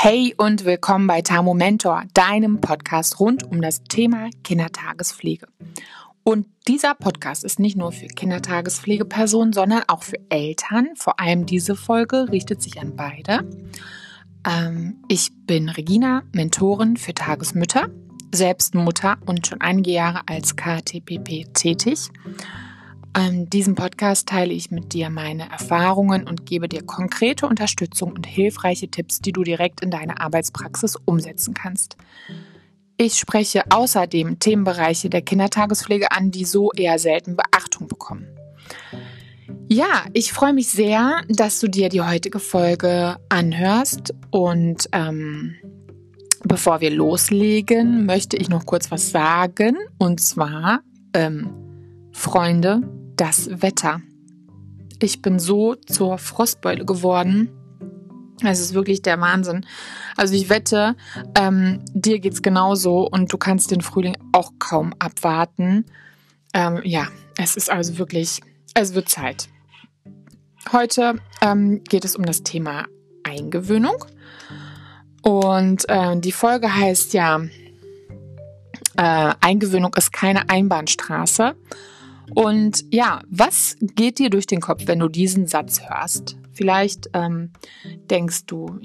Hey und willkommen bei Tamo Mentor, deinem Podcast rund um das Thema Kindertagespflege. Und dieser Podcast ist nicht nur für Kindertagespflegepersonen, sondern auch für Eltern. Vor allem diese Folge richtet sich an beide. Ich bin Regina, Mentorin für Tagesmütter, selbst Mutter und schon einige Jahre als KTPP tätig. In diesem Podcast teile ich mit dir meine Erfahrungen und gebe dir konkrete Unterstützung und hilfreiche Tipps, die du direkt in deine Arbeitspraxis umsetzen kannst. Ich spreche außerdem Themenbereiche der Kindertagespflege an, die so eher selten Beachtung bekommen. Ja, ich freue mich sehr, dass du dir die heutige Folge anhörst und bevor wir loslegen, möchte ich noch kurz was sagen und zwar, Freunde, das Wetter. Ich bin so zur Frostbeule geworden. Es ist wirklich der Wahnsinn. Also ich wette, dir geht's genauso und du kannst den Frühling auch kaum abwarten. Es ist also wirklich, es wird Zeit. Heute geht es um das Thema Eingewöhnung. Und die Folge heißt ja, Eingewöhnung ist keine Einbahnstraße. Und ja, was geht dir durch den Kopf, wenn du diesen Satz hörst? Vielleicht denkst du,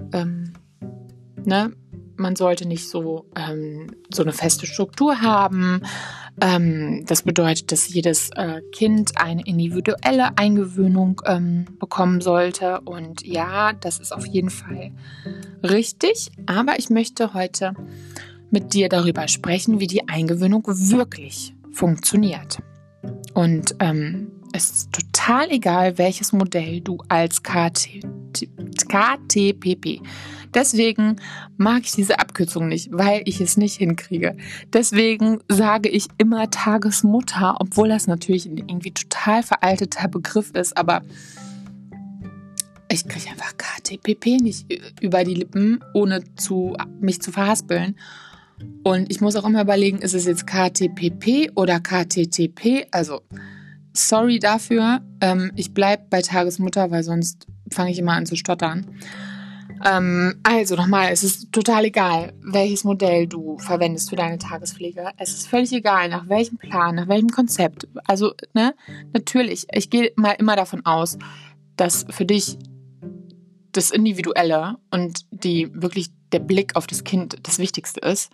man sollte nicht so eine feste Struktur haben. Das bedeutet, dass jedes Kind eine individuelle Eingewöhnung bekommen sollte. Und ja, das ist auf jeden Fall richtig. Aber ich möchte heute mit dir darüber sprechen, wie die Eingewöhnung wirklich funktioniert. Und es ist total egal, welches Modell du als KTPP. Deswegen mag ich diese Abkürzung nicht, weil ich es nicht hinkriege. Deswegen sage ich immer Tagesmutter, obwohl das natürlich ein irgendwie total veralteter Begriff ist. Aber ich kriege einfach KTPP nicht über die Lippen, ohne mich zu verhaspeln. Und ich muss auch immer überlegen, ist es jetzt KTPP oder KTTP? Also, sorry dafür. Ich bleibe bei Tagesmutter, weil sonst fange ich immer an zu stottern. Also nochmal, es ist total egal, welches Modell du verwendest für deine Tagespflege. Es ist völlig egal, nach welchem Plan, nach welchem Konzept. Also, natürlich, ich gehe mal immer davon aus, dass für dich das Individuelle und der Blick auf das Kind das Wichtigste ist.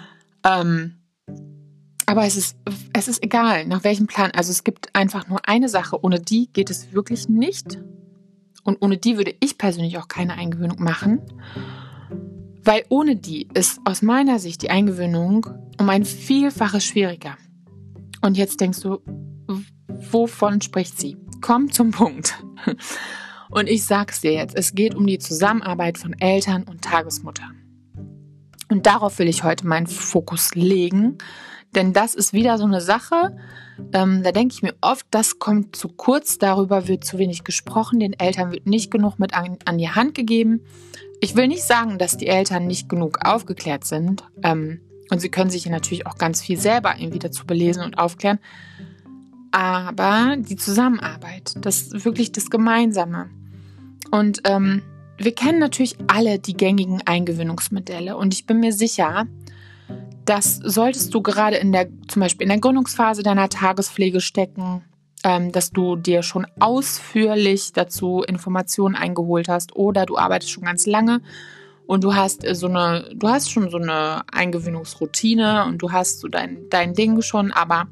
Aber es ist egal, nach welchem Plan. Also es gibt einfach nur eine Sache, ohne die geht es wirklich nicht. Und ohne die würde ich persönlich auch keine Eingewöhnung machen. Weil ohne die ist aus meiner Sicht die Eingewöhnung um ein Vielfaches schwieriger. Und jetzt denkst du, wovon spricht sie? Komm zum Punkt. Und ich sag's dir jetzt, es geht um die Zusammenarbeit von Eltern und Tagesmutter. Und darauf will ich heute meinen Fokus legen, denn das ist wieder so eine Sache, da denke ich mir oft, das kommt zu kurz, darüber wird zu wenig gesprochen, den Eltern wird nicht genug mit an die Hand gegeben. Ich will nicht sagen, dass die Eltern nicht genug aufgeklärt sind und sie können sich ja natürlich auch ganz viel selber irgendwie dazu belesen und aufklären, aber die Zusammenarbeit, das wirklich das Gemeinsame. Und wir kennen natürlich alle die gängigen Eingewöhnungsmodelle und ich bin mir sicher, dass solltest du gerade zum Beispiel in der Gründungsphase deiner Tagespflege stecken, dass du dir schon ausführlich dazu Informationen eingeholt hast oder du arbeitest schon ganz lange und du hast schon so eine Eingewöhnungsroutine und du hast so dein Ding schon, aber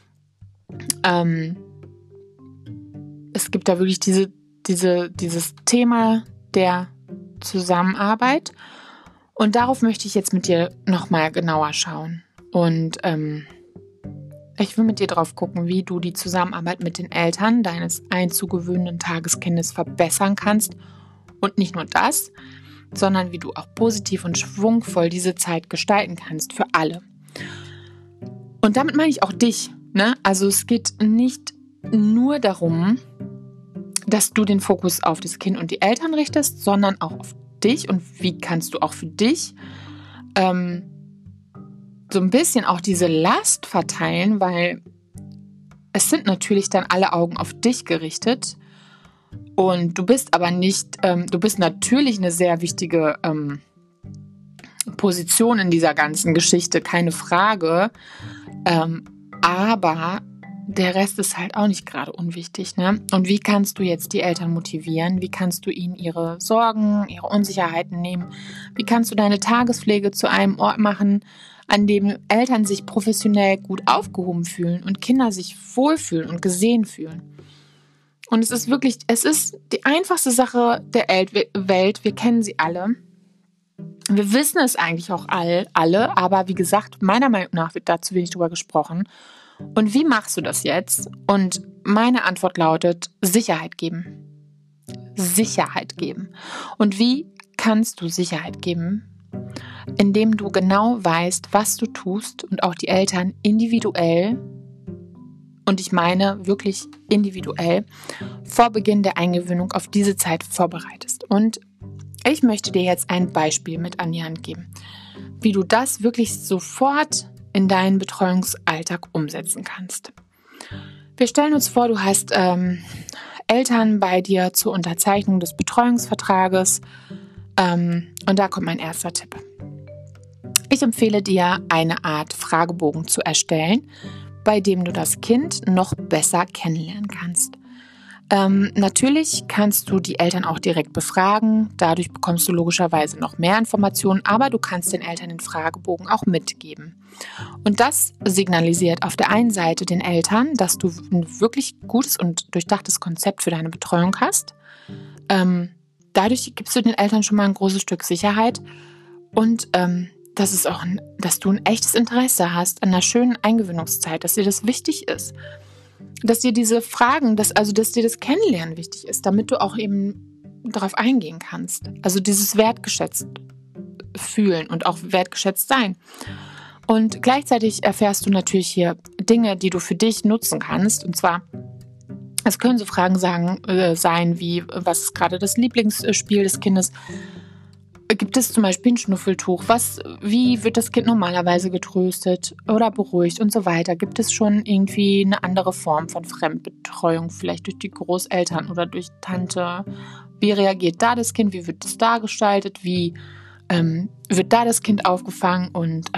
es gibt da wirklich dieses Thema der Zusammenarbeit und darauf möchte ich jetzt mit dir nochmal genauer schauen und ich will mit dir drauf gucken, wie du die Zusammenarbeit mit den Eltern deines einzugewöhnenden Tageskindes verbessern kannst und nicht nur das, sondern wie du auch positiv und schwungvoll diese Zeit gestalten kannst für alle. Und damit meine ich auch dich, ne? Also es geht nicht nur darum, dass du den Fokus auf das Kind und die Eltern richtest, sondern auch auf dich und wie kannst du auch für dich so ein bisschen auch diese Last verteilen, weil es sind natürlich dann alle Augen auf dich gerichtet und du bist aber nicht, du bist natürlich eine sehr wichtige Position in dieser ganzen Geschichte, keine Frage. Aber der Rest ist halt auch nicht gerade unwichtig, ne? Und wie kannst du jetzt die Eltern motivieren? Wie kannst du ihnen ihre Sorgen, ihre Unsicherheiten nehmen? Wie kannst du deine Tagespflege zu einem Ort machen, an dem Eltern sich professionell gut aufgehoben fühlen und Kinder sich wohlfühlen und gesehen fühlen? Und es ist die einfachste Sache der Welt. Wir kennen sie alle. Wir wissen es eigentlich auch alle, aber wie gesagt, meiner Meinung nach wird da zu wenig drüber gesprochen. Und wie machst du das jetzt? Und meine Antwort lautet, Sicherheit geben. Sicherheit geben. Und wie kannst du Sicherheit geben? Indem du genau weißt, was du tust und auch die Eltern individuell, und ich meine wirklich individuell, vor Beginn der Eingewöhnung auf diese Zeit vorbereitest. Und ich möchte dir jetzt ein Beispiel mit an die Hand geben, wie du das wirklich sofort in deinen Betreuungsalltag umsetzen kannst. Wir stellen uns vor, du hast Eltern bei dir zur Unterzeichnung des Betreuungsvertrages und da kommt mein erster Tipp. Ich empfehle dir, eine Art Fragebogen zu erstellen, bei dem du das Kind noch besser kennenlernen kannst. Natürlich kannst du die Eltern auch direkt befragen, dadurch bekommst du logischerweise noch mehr Informationen, aber du kannst den Eltern den Fragebogen auch mitgeben. Und das signalisiert auf der einen Seite den Eltern, dass du ein wirklich gutes und durchdachtes Konzept für deine Betreuung hast. Dadurch gibst du den Eltern schon mal ein großes Stück Sicherheit und dass du ein echtes Interesse hast an einer schönen Eingewöhnungszeit, dass dir das wichtig ist. Dass dir diese Fragen, dass dir das Kennenlernen wichtig ist, damit du auch eben darauf eingehen kannst. Also dieses wertgeschätzt fühlen und auch wertgeschätzt sein. Und gleichzeitig erfährst du natürlich hier Dinge, die du für dich nutzen kannst. Und zwar, es können so Fragen sein wie, was ist gerade das Lieblingsspiel des Kindes? Gibt es zum Beispiel ein Schnuffeltuch? Wie wird das Kind normalerweise getröstet oder beruhigt und so weiter? Gibt es schon irgendwie eine andere Form von Fremdbetreuung, vielleicht durch die Großeltern oder durch Tante? Wie reagiert da das Kind? Wie wird es da gestaltet? Wie wird da das Kind aufgefangen? Und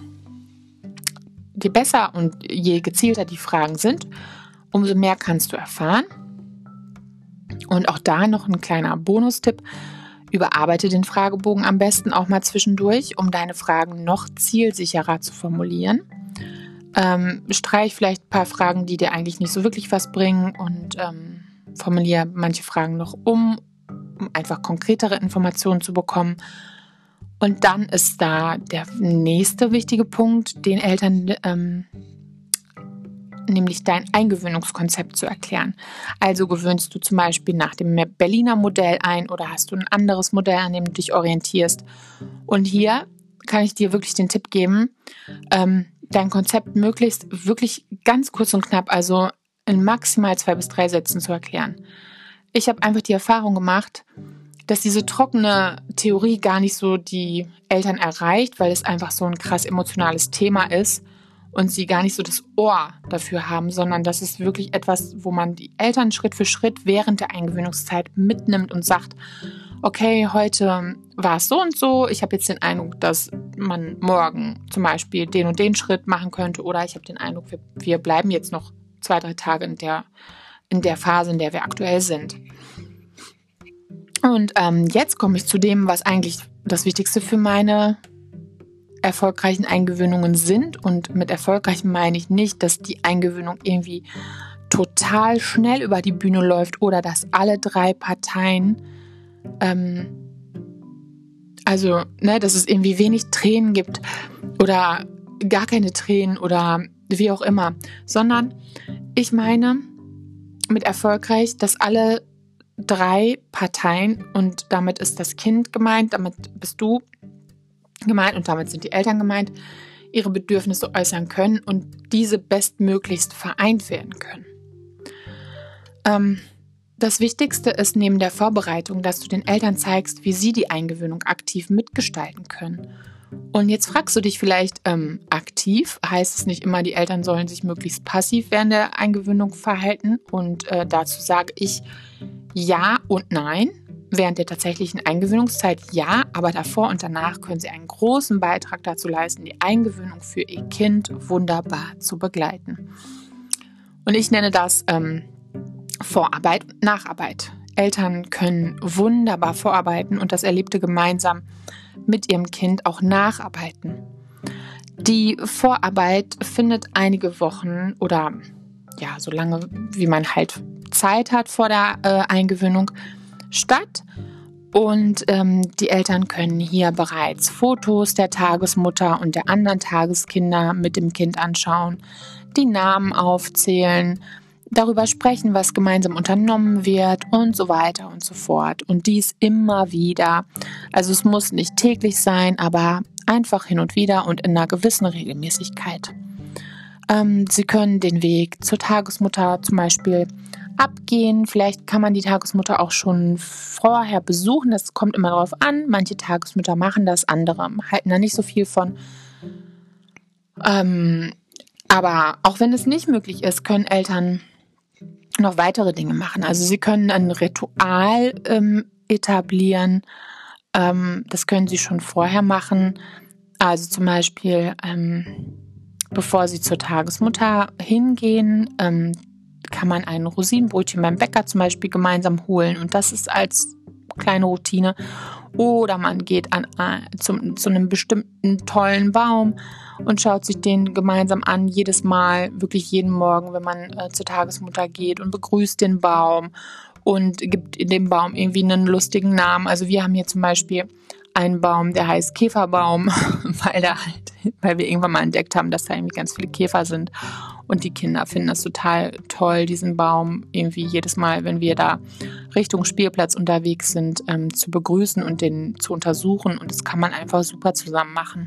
je besser und je gezielter die Fragen sind, umso mehr kannst du erfahren. Und auch da noch ein kleiner Bonustipp. Überarbeite den Fragebogen am besten auch mal zwischendurch, um deine Fragen noch zielsicherer zu formulieren. Streich vielleicht ein paar Fragen, die dir eigentlich nicht so wirklich was bringen und formuliere manche Fragen noch um einfach konkretere Informationen zu bekommen. Und dann ist da der nächste wichtige Punkt, den Eltern nämlich dein Eingewöhnungskonzept zu erklären. Also gewöhnst du zum Beispiel nach dem Berliner Modell ein oder hast du ein anderes Modell, an dem du dich orientierst. Und hier kann ich dir wirklich den Tipp geben, dein Konzept möglichst wirklich ganz kurz und knapp, also in maximal 2 bis 3 Sätzen zu erklären. Ich habe einfach die Erfahrung gemacht, dass diese trockene Theorie gar nicht so die Eltern erreicht, weil es einfach so ein krass emotionales Thema ist und sie gar nicht so das Ohr dafür haben, sondern das ist wirklich etwas, wo man die Eltern Schritt für Schritt während der Eingewöhnungszeit mitnimmt und sagt, okay, heute war es so und so, ich habe jetzt den Eindruck, dass man morgen zum Beispiel den und den Schritt machen könnte oder ich habe den Eindruck, wir bleiben jetzt noch 2, 3 Tage in der Phase, in der wir aktuell sind. Und jetzt komme ich zu dem, was eigentlich das Wichtigste für meine erfolgreichen Eingewöhnungen sind. Und mit erfolgreich meine ich nicht, dass die Eingewöhnung irgendwie total schnell über die Bühne läuft oder dass alle 3 Parteien, dass es irgendwie wenig Tränen gibt oder gar keine Tränen oder wie auch immer, sondern ich meine mit erfolgreich, dass alle 3 Parteien, und damit ist das Kind gemeint, damit bist du gemeint und damit sind die Eltern gemeint, ihre Bedürfnisse äußern können und diese bestmöglichst vereint werden können. Das Wichtigste ist neben der Vorbereitung, dass du den Eltern zeigst, wie sie die Eingewöhnung aktiv mitgestalten können. Und jetzt fragst du dich vielleicht, aktiv heißt es nicht immer, die Eltern sollen sich möglichst passiv während der Eingewöhnung verhalten. Und dazu sage ich ja und nein. während der tatsächlichen Eingewöhnungszeit ja, aber davor und danach können Sie einen großen Beitrag dazu leisten, die Eingewöhnung für Ihr Kind wunderbar zu begleiten. Und ich nenne das Vorarbeit, Nacharbeit. Eltern können wunderbar vorarbeiten und das Erlebte gemeinsam mit ihrem Kind auch nacharbeiten. Die Vorarbeit findet einige Wochen oder ja, so lange wie man halt Zeit hat vor der Eingewöhnung statt. Und die Eltern können hier bereits Fotos der Tagesmutter und der anderen Tageskinder mit dem Kind anschauen, die Namen aufzählen, darüber sprechen, was gemeinsam unternommen wird und so weiter und so fort. Und dies immer wieder. Also es muss nicht täglich sein, aber einfach hin und wieder und in einer gewissen Regelmäßigkeit. Sie können den Weg zur Tagesmutter zum Beispiel abgehen. Vielleicht kann man die Tagesmutter auch schon vorher besuchen. Das kommt immer darauf an. Manche Tagesmütter machen das, andere halten da nicht so viel von. Aber auch wenn es nicht möglich ist, können Eltern noch weitere Dinge machen. Also sie können ein Ritual etablieren. Das können sie schon vorher machen. Also zum Beispiel, bevor sie zur Tagesmutter hingehen, kann man ein Rosinenbrötchen beim Bäcker zum Beispiel gemeinsam holen. Und das ist als kleine Routine. Oder man geht zu einem bestimmten tollen Baum und schaut sich den gemeinsam an, jedes Mal, wirklich jeden Morgen, wenn man zur Tagesmutter geht und begrüßt den Baum und gibt dem Baum irgendwie einen lustigen Namen. Also wir haben hier zum Beispiel einen Baum, der heißt Käferbaum, weil wir irgendwann mal entdeckt haben, dass da irgendwie ganz viele Käfer sind. Und die Kinder finden das total toll, diesen Baum irgendwie jedes Mal, wenn wir da Richtung Spielplatz unterwegs sind, zu begrüßen und den zu untersuchen. Und das kann man einfach super zusammen machen.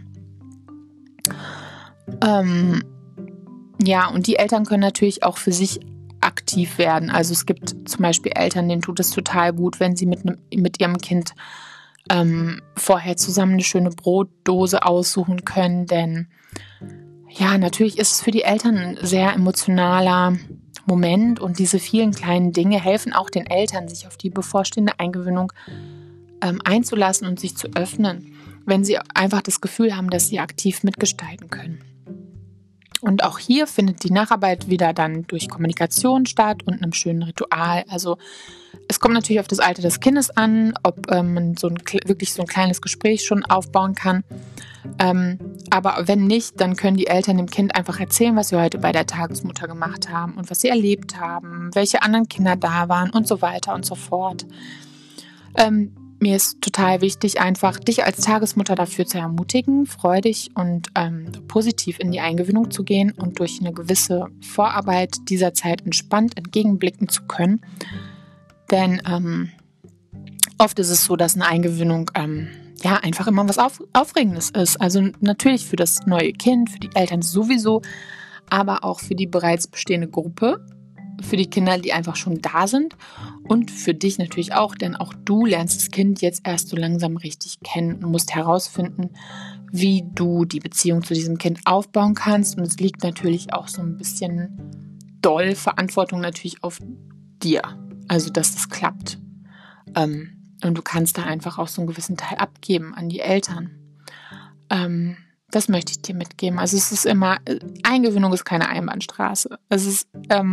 Ja, und die Eltern können natürlich auch für sich aktiv werden. Also es gibt zum Beispiel Eltern, denen tut es total gut, wenn sie mit ihrem Kind vorher zusammen eine schöne Brotdose aussuchen können, denn ja, natürlich ist es für die Eltern ein sehr emotionaler Moment und diese vielen kleinen Dinge helfen auch den Eltern, sich auf die bevorstehende Eingewöhnung einzulassen und sich zu öffnen, wenn sie einfach das Gefühl haben, dass sie aktiv mitgestalten können. Und auch hier findet die Nacharbeit wieder dann durch Kommunikation statt und einem schönen Ritual. Also es kommt natürlich auf das Alter des Kindes an, ob man wirklich so ein kleines Gespräch schon aufbauen kann. Aber wenn nicht, dann können die Eltern dem Kind einfach erzählen, was sie heute bei der Tagesmutter gemacht haben und was sie erlebt haben, welche anderen Kinder da waren und so weiter und so fort. Mir ist total wichtig, einfach dich als Tagesmutter dafür zu ermutigen, freudig und positiv in die Eingewöhnung zu gehen und durch eine gewisse Vorarbeit dieser Zeit entspannt entgegenblicken zu können. Denn oft ist es so, dass eine Eingewöhnung einfach immer was Aufregendes ist. Also natürlich für das neue Kind, für die Eltern sowieso, aber auch für die bereits bestehende Gruppe, für die Kinder, die einfach schon da sind und für dich natürlich auch, denn auch du lernst das Kind jetzt erst so langsam richtig kennen und musst herausfinden, wie du die Beziehung zu diesem Kind aufbauen kannst. Und es liegt natürlich auch so ein bisschen doll Verantwortung natürlich auf dir, also dass das klappt. Und du kannst da einfach auch so einen gewissen Teil abgeben an die Eltern. Das möchte ich dir mitgeben. Also es ist immer, Eingewöhnung ist keine Einbahnstraße. Es ist,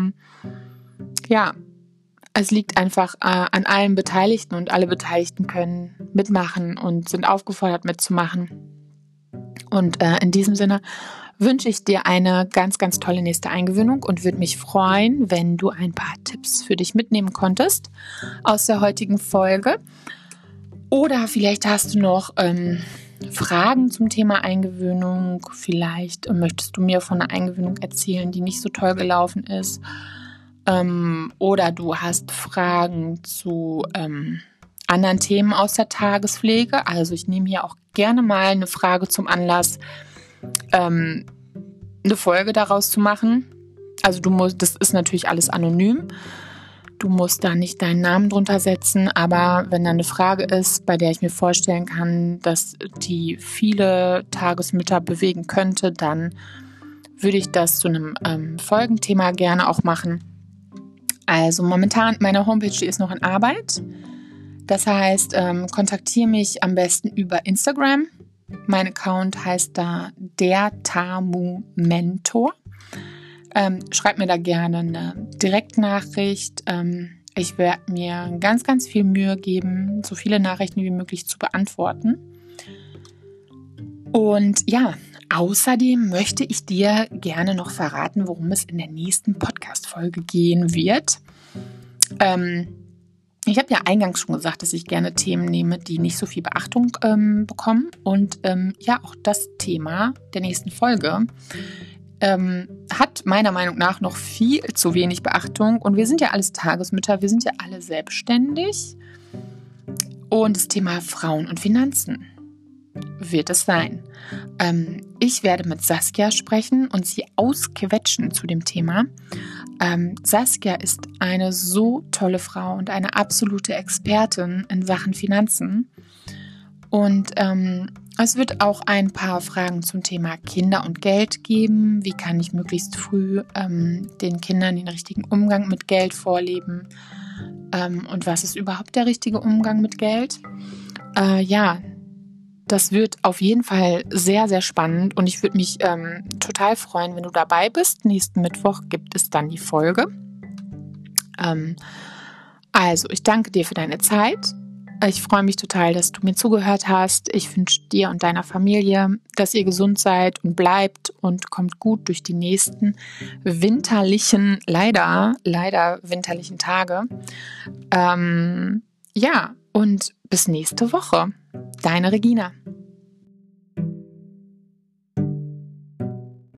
es liegt einfach an allen Beteiligten und alle Beteiligten können mitmachen und sind aufgefordert mitzumachen. Und in diesem Sinne wünsche ich dir eine ganz, ganz tolle nächste Eingewöhnung und würde mich freuen, wenn du ein paar Tipps für dich mitnehmen konntest aus der heutigen Folge. Oder vielleicht hast du noch Fragen zum Thema Eingewöhnung. Vielleicht möchtest du mir von einer Eingewöhnung erzählen, die nicht so toll gelaufen ist. Oder du hast Fragen zu anderen Themen aus der Tagespflege. Also ich nehme hier auch gerne mal eine Frage zum Anlass, eine Folge daraus zu machen. Also das ist natürlich alles anonym. Du musst da nicht deinen Namen drunter setzen, aber wenn da eine Frage ist, bei der ich mir vorstellen kann, dass die viele Tagesmütter bewegen könnte, dann würde ich das zu einem Folgenthema gerne auch machen. Also momentan, meine Homepage, die ist noch in Arbeit. Das heißt, kontaktiere mich am besten über Instagram. Mein Account heißt da der Tamu Mentor. Schreib mir da gerne eine Direktnachricht. Ich werde mir ganz, ganz viel Mühe geben, so viele Nachrichten wie möglich zu beantworten. Und ja, außerdem möchte ich dir gerne noch verraten, worum es in der nächsten Podcast-Folge gehen wird. Ich habe ja eingangs schon gesagt, dass ich gerne Themen nehme, die nicht so viel Beachtung bekommen. Und auch das Thema der nächsten Folge hat meiner Meinung nach noch viel zu wenig Beachtung. Und wir sind ja alles Tagesmütter, wir sind ja alle selbstständig. Und das Thema Frauen und Finanzen wird es sein. Ich werde mit Saskia sprechen und sie ausquetschen zu dem Thema. Saskia ist eine so tolle Frau und eine absolute Expertin in Sachen Finanzen. Und es wird auch ein paar Fragen zum Thema Kinder und Geld geben. Wie kann ich möglichst früh den Kindern den richtigen Umgang mit Geld vorleben? Und was ist überhaupt der richtige Umgang mit Geld? Das wird auf jeden Fall sehr, sehr spannend und ich würde mich total freuen, wenn du dabei bist. Nächsten Mittwoch gibt es dann die Folge. Also, ich danke dir für deine Zeit. Ich freue mich total, dass du mir zugehört hast. Ich wünsche dir und deiner Familie, dass ihr gesund seid und bleibt und kommt gut durch die nächsten winterlichen, leider winterlichen Tage. Und bis nächste Woche. Deine Regina.